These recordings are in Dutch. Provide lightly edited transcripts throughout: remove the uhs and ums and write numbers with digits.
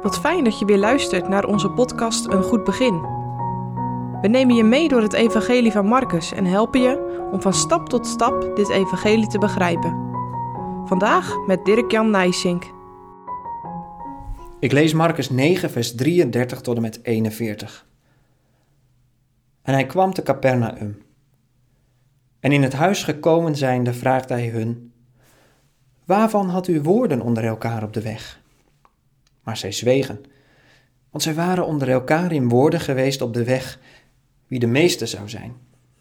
Wat fijn dat je weer luistert naar onze podcast Een Goed Begin. We nemen je mee door het evangelie van Marcus en helpen je om van stap tot stap dit evangelie te begrijpen. Vandaag met Dirk-Jan Nijsink. Ik lees Marcus 9 vers 33 tot en met 41. En hij kwam te Capernaum. En in het huis gekomen zijnde vraagde hij hun: waarvan had u woorden onder elkaar op de weg? Maar zij zwegen, want zij waren onder elkaar in woorden geweest op de weg, wie de meeste zou zijn.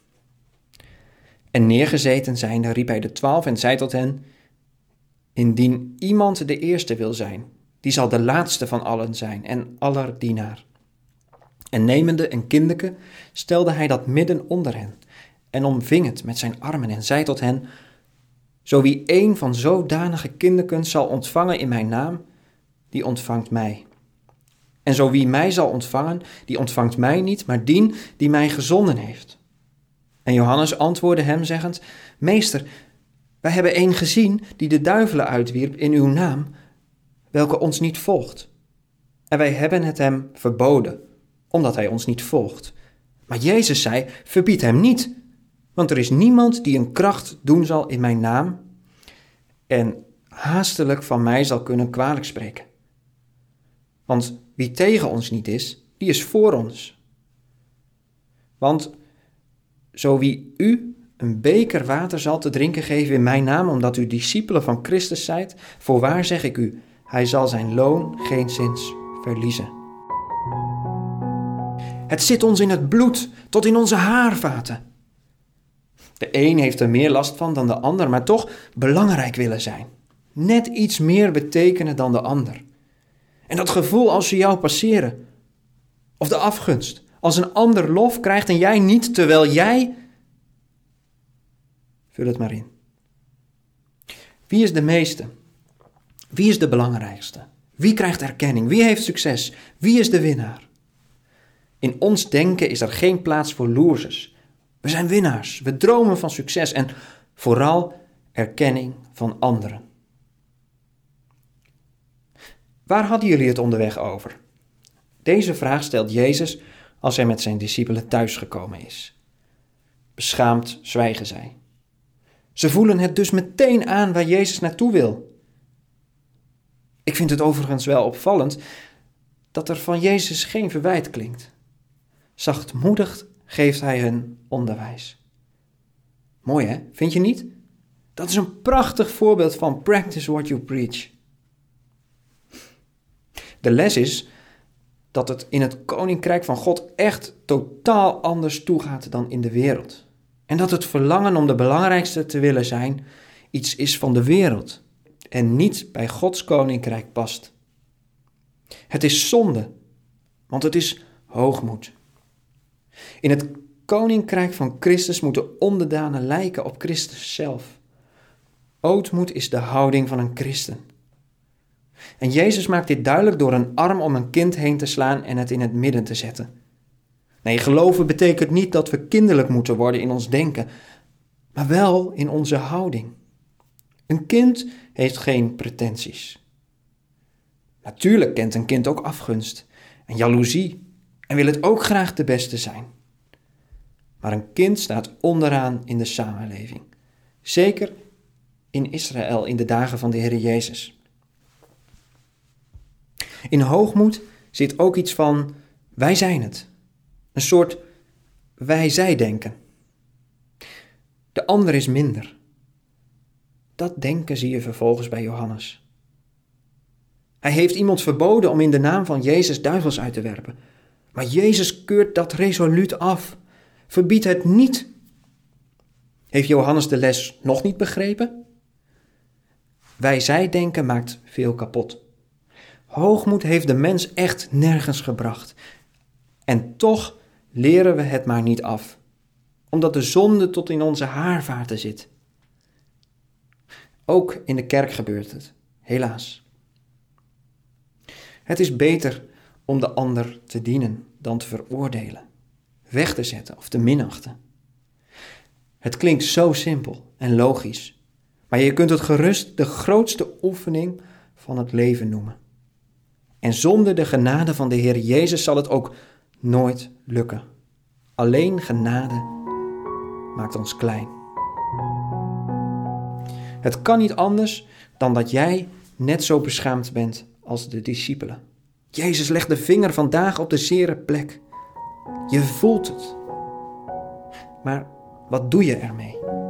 En neergezeten zijnde riep hij de 12 en zei tot hen: indien iemand de eerste wil zijn, die zal de laatste van allen zijn en aller dienaar. En nemende een kindeke stelde hij dat midden onder hen en omving het met zijn armen en zei tot hen: zo wie een van zodanige kindekens zal ontvangen in mijn naam, die ontvangt mij. En zo wie mij zal ontvangen, die ontvangt mij niet, maar dien die mij gezonden heeft. En Johannes antwoordde hem zeggend: meester, wij hebben een gezien die de duivelen uitwierp in uw naam, welke ons niet volgt. En wij hebben het hem verboden, omdat hij ons niet volgt. Maar Jezus zei: verbied hem niet, want er is niemand die een kracht doen zal in mijn naam en haastelijk van mij zal kunnen kwalijk spreken. Want wie tegen ons niet is, die is voor ons. Want zo wie u een beker water zal te drinken geven in mijn naam, omdat u discipelen van Christus zijt, voorwaar zeg ik u, hij zal zijn loon geenszins verliezen. Het zit ons in het bloed, tot in onze haarvaten. De een heeft er meer last van dan de ander, maar toch belangrijk willen zijn. Net iets meer betekenen dan de ander. En dat gevoel als ze jou passeren. Of de afgunst. Als een ander lof krijgt en jij niet, terwijl jij... Vul het maar in. Wie is de meeste? Wie is de belangrijkste? Wie krijgt erkenning? Wie heeft succes? Wie is de winnaar? In ons denken is er geen plaats voor losers. We zijn winnaars. We dromen van succes en vooral erkenning van anderen. Waar hadden jullie het onderweg over? Deze vraag stelt Jezus als hij met zijn discipelen thuisgekomen is. Beschaamd zwijgen zij. Ze voelen het dus meteen aan waar Jezus naartoe wil. Ik vind het overigens wel opvallend dat er van Jezus geen verwijt klinkt. Zachtmoedig geeft hij hun onderwijs. Mooi hè, vind je niet? Dat is een prachtig voorbeeld van practice what you preach. De les is dat het in het koninkrijk van God echt totaal anders toegaat dan in de wereld. En dat het verlangen om de belangrijkste te willen zijn iets is van de wereld en niet bij Gods koninkrijk past. Het is zonde, want het is hoogmoed. In het koninkrijk van Christus moeten onderdanen lijken op Christus zelf. Ootmoed is de houding van een christen. En Jezus maakt dit duidelijk door een arm om een kind heen te slaan en het in het midden te zetten. Nee, geloven betekent niet dat we kinderlijk moeten worden in ons denken, maar wel in onze houding. Een kind heeft geen pretenties. Natuurlijk kent een kind ook afgunst en jaloezie en wil het ook graag de beste zijn. Maar een kind staat onderaan in de samenleving. Zeker in Israël in de dagen van de Heer Jezus. In hoogmoed zit ook iets van wij zijn het. Een soort wij-zij-denken. De ander is minder. Dat denken zie je vervolgens bij Johannes. Hij heeft iemand verboden om in de naam van Jezus duivels uit te werpen. Maar Jezus keurt dat resoluut af. Verbiedt het niet. Heeft Johannes de les nog niet begrepen? Wij-zij-denken maakt veel kapot. Hoogmoed heeft de mens echt nergens gebracht. En toch leren we het maar niet af, omdat de zonde tot in onze haarvaten zit. Ook in de kerk gebeurt het, helaas. Het is beter om de ander te dienen dan te veroordelen, weg te zetten of te minachten. Het klinkt zo simpel en logisch, maar je kunt het gerust de grootste oefening van het leven noemen. En zonder de genade van de Heer Jezus zal het ook nooit lukken. Alleen genade maakt ons klein. Het kan niet anders dan dat jij net zo beschaamd bent als de discipelen. Jezus legt de vinger vandaag op de zere plek. Je voelt het. Maar wat doe je ermee?